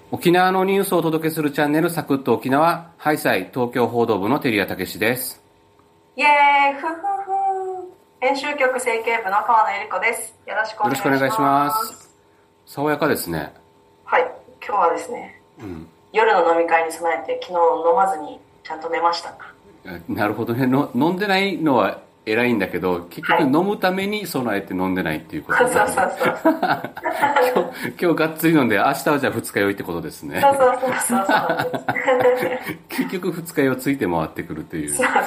沖縄のニュースをお届けするチャンネルサクッと沖縄、ハイサイ東京報道部の照屋武史です。 イエーイ、ふふふ。編集局整形部の川野由里子です。よろしくお願いします。 爽やかですね。 はい、今日はですね、夜の飲み会に備えて昨日飲まずにちゃんと寝ました。 なるほどね。飲んでないのは偉いんだけど、結局飲むために備えて飲んでないっていうことですね。 そう今日がっつり飲んで、明日はじゃあ二日酔いってことですね。 そう結局二日酔いついて回ってくるという。 そうはい。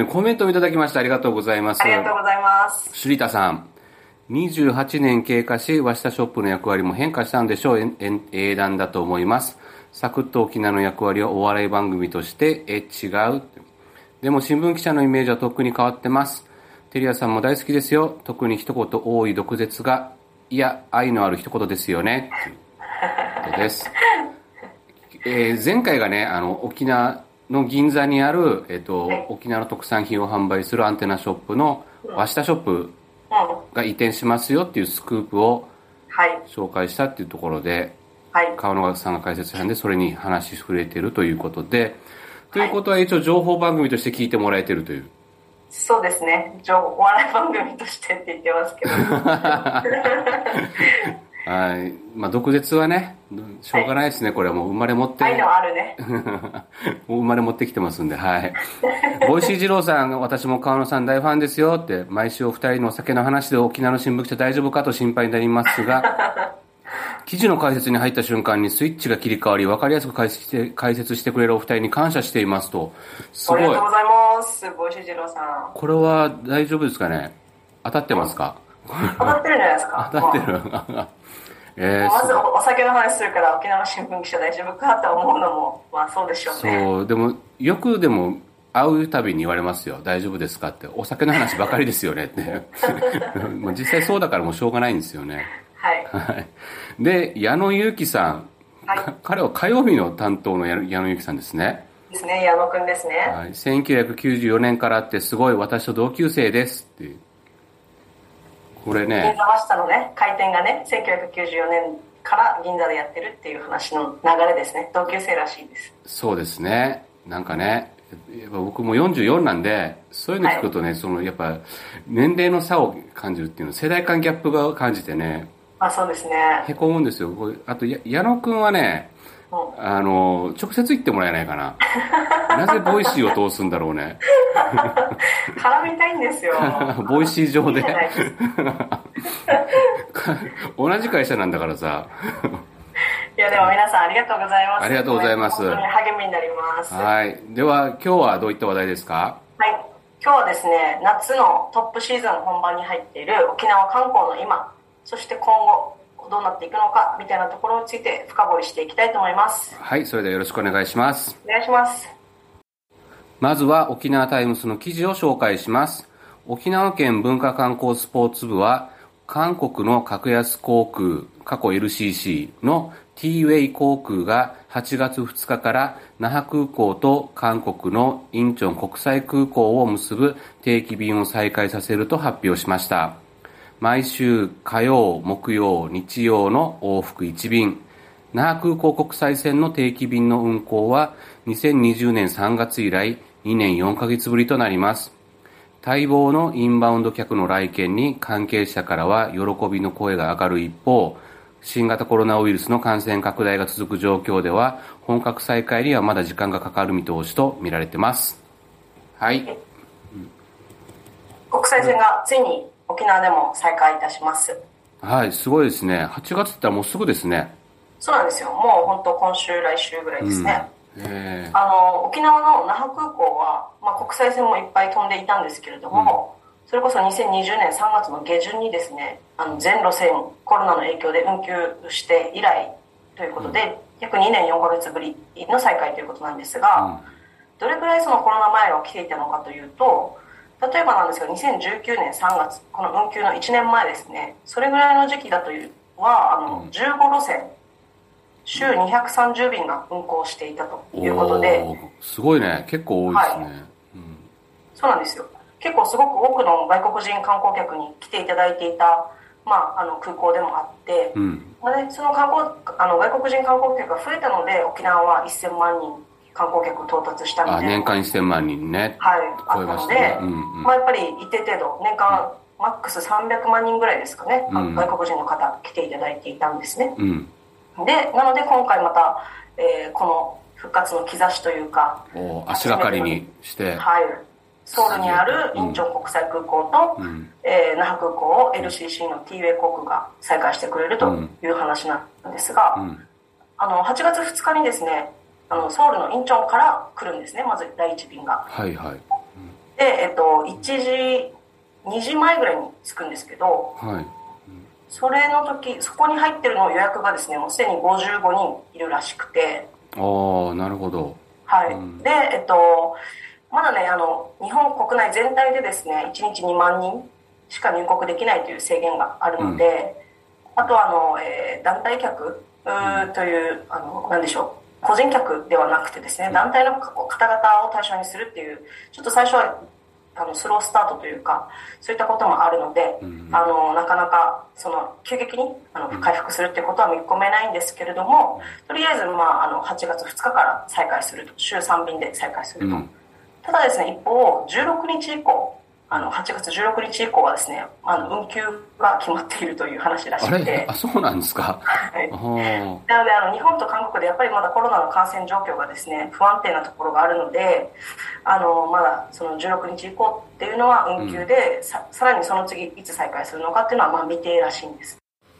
コメントをいただきましてありがとうございます。 ありがとうございます。 シュリタさん。28年経過し、和下ショップの役割も変化したんでしょう。英断だと思います。サクッと沖縄の役割はお笑い番組として、違う。でも新聞記者のイメージはとっくに変わってます。テリアさんも大好きですよ。特に一言多い毒舌が、いや、愛のある一言ですよね。ということです。前回がね、沖縄の銀座にある、沖縄の特産品を販売するアンテナショップの和下ショップが移転しますよっていうスクープを紹介したっていうところで、川野さんが解説したんで、それに話し触れているということで、ということは一応情報番組として聞いてもらえているという。 そうですね。お笑い番組としてって言ってますけど。 はい。まあ、毒舌はね、しょうがないですね。これはもう生まれ持って。 愛のあるね。 生まれ持ってきてますんで、はい。ボイシー二郎さん、私も川野さん大ファンですよって、毎週お二人のお酒の話で沖縄の新聞記者大丈夫かと心配になりますが、記事の解説に入った瞬間にスイッチが切り替わり、分かりやすく解説してくれるお二人に感謝していますと。すごい。 ありがとうございます、ボイシー二郎さん。 これは大丈夫ですかね？当たってますか？ 当たってるんじゃないですか？ 当たってる。 まずお酒の話するから沖縄の新聞記者大丈夫かと思うのも、まあそうでしょうね。 そう、でも、よくでも、会うたびに言われますよ。大丈夫ですかって。お酒の話ばかりですよねって。もう実際そうだからもうしょうがないんですよね。 はい。 で、矢野祐樹さん。彼は火曜日の担当の矢野祐樹さんですね。 ですね、矢野くんですね。 はい。1994年からってすごい私と同級生ですって。これね。 銀座和下のね、開店がね、1994年から銀座でやってるっていう話の流れですね。同級生らしいです。 そうですね。なんかね、僕も44なんで、そういうの聞くとね、やっぱ、年齢の差を感じるっていうの、世代間ギャップが感じてね。 そうですね。 へこむんですよ。あと、矢野くんはね、直接言ってもらえないかな。なぜボイシーを通すんだろうね。 絡みたいんですよ。 ボイシー上で。同じ会社なんだからさ。 いやでも皆さんありがとうございます。 ありがとうございます。 本当に励みになります。 はい。では今日はどういった話題ですか？ はい。今日はですね、夏のトップシーズン本番に入っている沖縄観光の今、そして今後どうなっていくのかみたいなところについて深掘りしていきたいと思います。 はい。それではよろしくお願いします。 お願いします。 まずは沖縄タイムスの記事を紹介します。沖縄県文化観光スポーツ部は韓国の格安航空過去 LCC の T-Way 航空が8月2日から那覇空港と韓国のインチョン国際空港を結ぶ定期便を再開させると発表しました。毎週火曜、木曜、日曜の往復1便。那覇空港国際線の定期便の運航は2020年3月以来2年4ヶ月ぶりとなります。待望のインバウンド客の来県に関係者からは喜びの声が上がる一方、新型コロナウイルスの感染拡大が続く状況では本格再開にはまだ時間がかかる見通しと見られています。はい。 国際線がついに沖縄でも再開いたします。 はい、すごいですね。8月って言ったらもうすぐですね。 そうなんですよ。もう本当今週来週ぐらいですね。沖縄の那覇空港は、国際線もいっぱい飛んでいたんですけれども、それこそ2020年3月の下旬にですね、全路線コロナの影響で運休して以来ということで、約2年4ヶ月ぶりの再開ということなんですが、どれくらいそのコロナ前は来ていたのかというと、例えばなんですが2019年3月、この運休の1年前ですね、それぐらいの時期だというは15路線、週230便が運航していたということで、 すごいね。結構多いですね。 そうなんですよ。結構すごく多くの外国人観光客に来ていただいていた空港でもあって、 うん、 その外国人観光客が増えたので、沖縄は1000万人観光客到達したので。 年間1000万人ね。 はい、あったので、やっぱり一定程度、年間マックス300万人ぐらいですかね、外国人の方来ていただいていたんですね。で、なので今回また、この復活の兆しというか、 足がかりにして、 はい、ソウルにあるインチョン国際空港と、那覇空港を LCC の T-Way 航空が再開してくれるという話なんですが、8月2日にですね、ソウルのインチョンから来るんですね、まず第1便が。 はいはい。 で、1時、2時前ぐらいに着くんですけど、 はい。 それの時、そこに入ってるの予約がですね、もうすでに55人いるらしくて。 なるほど。 はい。で、まだね、日本国内全体でですね、1日2万人しか入国できないという制限があるので、あと団体客という、なんでしょう、個人客ではなくてですね、団体の方々を対象にするっていう、ちょっと最初はスロースタートというか、そういったこともあるので、なかなか急激に回復するっていうことは見込めないんですけれども、とりあえず8月2日から再開すると、週3便で再開すると。ただですね、一方16日以降、8月16日以降はですね、運休が決まっているという話らしくて。 そうなんですか。 はい。なので日本と韓国でやっぱりまだコロナの感染状況がですね、不安定なところがあるので、まだその16日以降っていうのは運休で、さらにその次いつ再開するのかっていうのは未定らしいんです。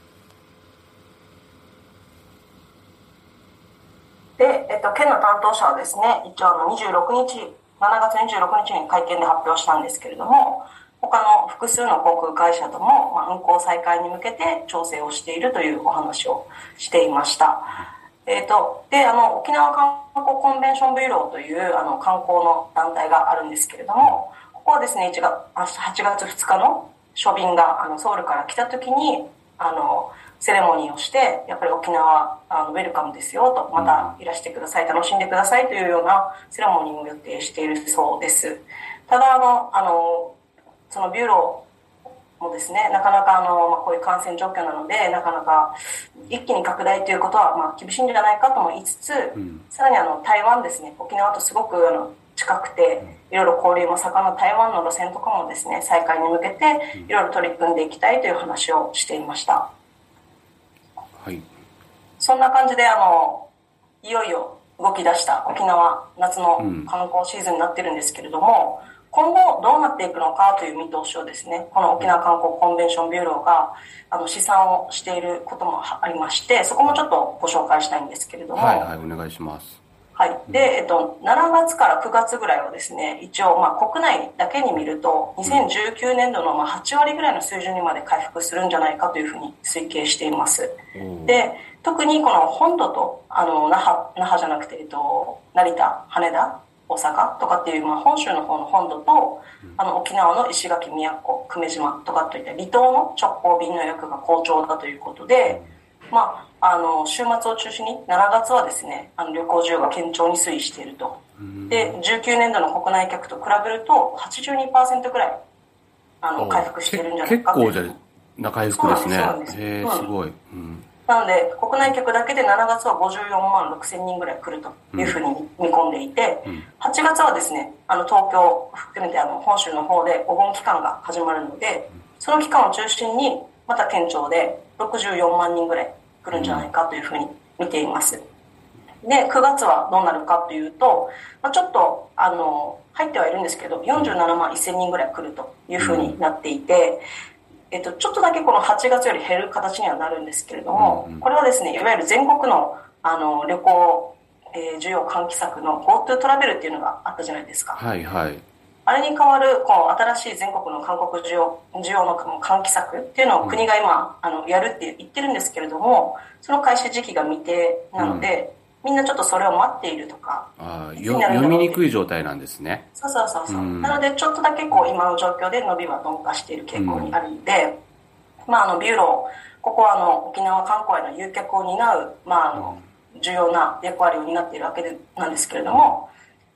で、県の担当者はですね、一応26日、7月26日に会見で発表したんですけれども、他の複数の航空会社とも、運航再開に向けて調整をしているというお話をしていました。で、沖縄観光コンベンションビューローという観光の団体があるんですけれども、ここはですね、8月2日の初便がソウルから来た時にセレモニーをして、やっぱり沖縄ウェルカムですよと、またいらしてください、楽しんでくださいというようなセレモニーを予定しているそうです。ただそのビューローもですね、なかなかこういう感染状況なので、なかなか一気に拡大ということは厳しいんじゃないかとも言いつつ、さらに台湾ですね、沖縄とすごく近くていろいろ交流も盛んな台湾の路線とかもですね、再開に向けていろいろ取り組んでいきたいという話をしていました。 はい。 そんな感じでいよいよ動き出した沖縄夏の観光シーズンになってるんですけれども、今後どうなっていくのかという見通しをですね、この沖縄観光コンベンションビューローが試算をしていることもありまして、そこもちょっとご紹介したいんですけれども。 はいはい、お願いします。 はい。で、7月から9月ぐらいはですね、一応国内だけに見ると2019年度の8割ぐらいの水準にまで回復するんじゃないかというふうに推計しています。で、特にこの本土と那覇じゃなくて成田、羽田、大阪とかっていう、本州の方の本土と沖縄の石垣、宮古、久米島とかといった離島の直行便の予約が好調だということで、週末を中心に7月はですね、旅行需要が堅調に推移していると。で、19年度の国内客と比べると 82% くらい回復しているんじゃないかと。 結構じゃな回復ですね。すごい。 なので国内客だけで7月は54万6千人ぐらい来るというふうに見込んでいて、8月はですね、東京を含めて本州の方でお盆期間が始まるので、その期間を中心にまた堅調で64万人ぐらい来るんじゃないかというふうに見ています。で、9月はどうなるかというと、ちょっと入ってはいるんですけど47万1000人ぐらい来るというふうになっていて、ちょっとだけこの8月より減る形にはなるんですけれども、これはですね、いわゆる全国の旅行、需要喚起策の GoTo トラベルっていうのがあったじゃないですか。 はいはい。 あれに代わるこの新しい全国の韓国需要の喚起策っていうのを国が今やるって言ってるんですけれども、その開始時期が未定なので、みんなちょっとそれを待っているとか。 読みにくい状態なんですね。 そう。なのでちょっとだけ今の状況で伸びは鈍化している傾向にあるので、ビューロー、ここは沖縄観光への誘客を担う、重要な役割を担っているわけなんですけれども、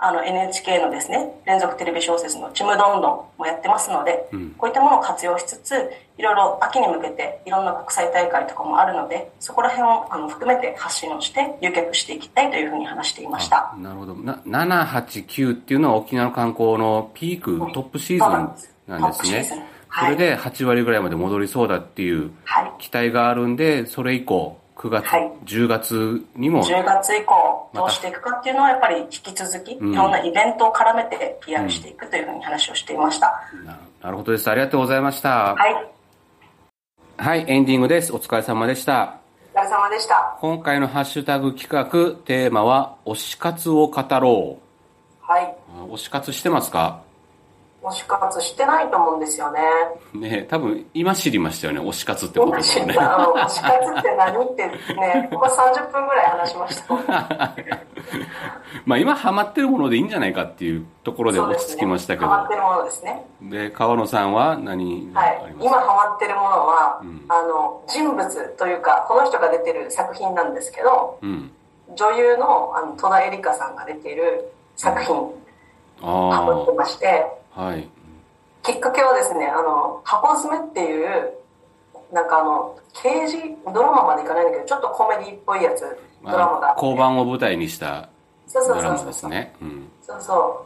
NHK のですね、連続テレビ小説のちむどんどんもやってますので、こういったものを活用しつつ、いろいろ秋に向けていろんな国際大会とかもあるので、そこら辺を含めて発信をして集客していきたいというふうに話していました。 なるほど。7、8、9っていうのは沖縄の観光のピーク、トップシーズンなんですね。それで8割ぐらいまで戻りそうだっていう期待があるんで、それ以降、9月、10月にも。 10月以降、どうしていくかっていうのはやっぱり引き続き、いろんなイベントを絡めて PR していくというふうに話をしていました。 なるほどです。ありがとうございました。 はい。 はい、エンディングです。お疲れ様でした。 お疲れ様でした。 今回のハッシュタグ企画、テーマは、推し活を語ろう。 はい。 推し活してますか？ 推し活してないと思うんですよね。 ね、多分今知りましたよね、推し活ってことですね。推し活って何ってね、ここ30分ぐらい話しましたもん。 まあ今ハマってるものでいいんじゃないかっていうところで落ち着きましたけど。 ハマってるものですね。 で、川野さんは何がありますか？ 今ハマってるものは、人物というか、この人が出てる作品なんですけど、女優の戸田恵梨香さんが出ている作品、ハマってまして、 はい。 きっかけはですね、箱詰めっていう、なんか刑事ドラマまでいかないんだけど、ちょっとコメディっぽいやつ、ドラマが。 交番を舞台にしたドラマですね。 そうそう。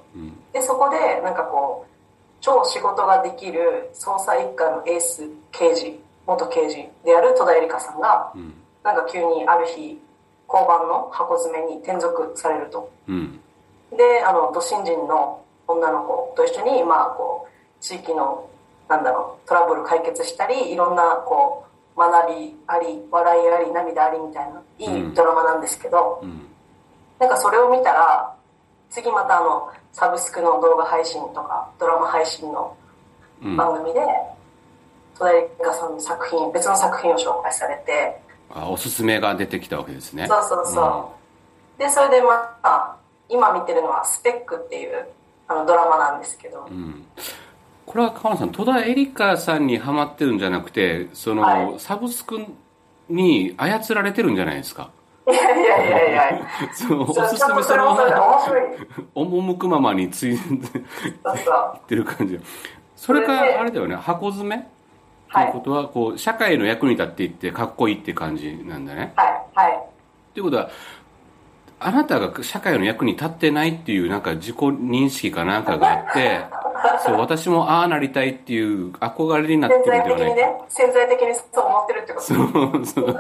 で、そこで、なんかこう、超仕事ができる捜査一課のエース刑事、元刑事である戸田恵梨香さんが、なんか急にある日、交番の箱詰めに転属されると。で、ド新人の女の子と一緒に、こう、地域の、トラブル解決したり、いろんな、こう、学びあり、笑いあり、涙ありみたいな、いいドラマなんですけど、なんかそれを見たら、次またサブスクの動画配信とか、ドラマ配信の番組で、戸田恵梨香さんの作品、別の作品を紹介されて、 おすすめが出てきたわけですね。 そう。で、それで今見てるのはスペックっていうドラマなんですけど、 これは川野さん、戸田恵梨香さんにハマってるんじゃなくて、サブスクに操られてるんじゃないですか？ いやおすすめその赴くままについてる感じ。それかあれだよね、箱詰めっていうことはこう社会の役に立っていってかっこいいって感じなんだね。っていうことは、あなたが社会の役に立ってないっていうなんか自己認識かなんかがあってそう私もああなりたいっていう憧れになってるんではないか。 潜在的にそう思ってるってこと。 そう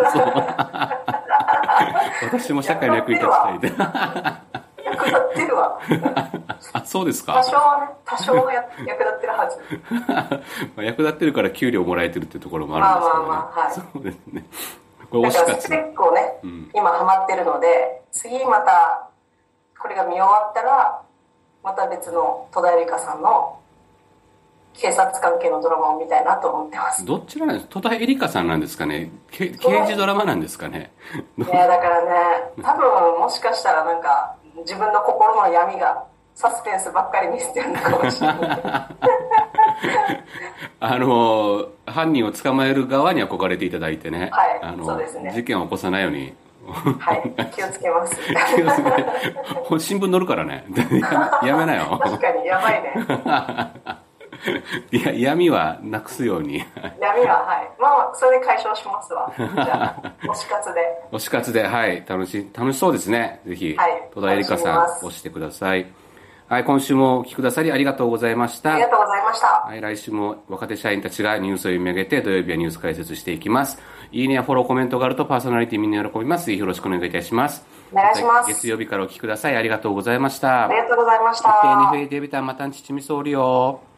私も社会の役に立ちたいって役立ってるわあ、そうですか。 多少は役立ってるはず役立ってるから給料もらえてるってところもあるんですけどね。そうですね。 だからスペックをね、今ハマってるので、次またこれが見終わったらまた別の戸田恵梨香さんの警察関係のドラマを見たいなと思ってます。 どちらなんですか？戸田恵梨香さんなんですかね？刑事ドラマなんですかね？ いやだからね、多分もしかしたらなんか自分の心の闇がサスペンスばっかり見せてるのかもしれない犯人を捕まえる側に憧れていただいてね、 そうですね、 事件を起こさないように気をつけます新聞載るからねやめなよ確かにやばいねいや闇はなくすように闇はそれで解消しますわ。じゃあ推し活で楽しそうですね。ぜひ、戸田恵梨香さん押してください。今週もお聞きくださりありがとうございました。 ありがとうございました。 来週も若手社員たちがニュースを読み上げて土曜日はニュース解説していきます。いいねやフォローコメントがあるとパーソナリティみんな喜びます。ぜひよろしくお願いいたします。 お願いします。 月曜日からお聞きください。ありがとうございました。 ありがとうございました。 一定に増えてみたまたんちちみそうりよ。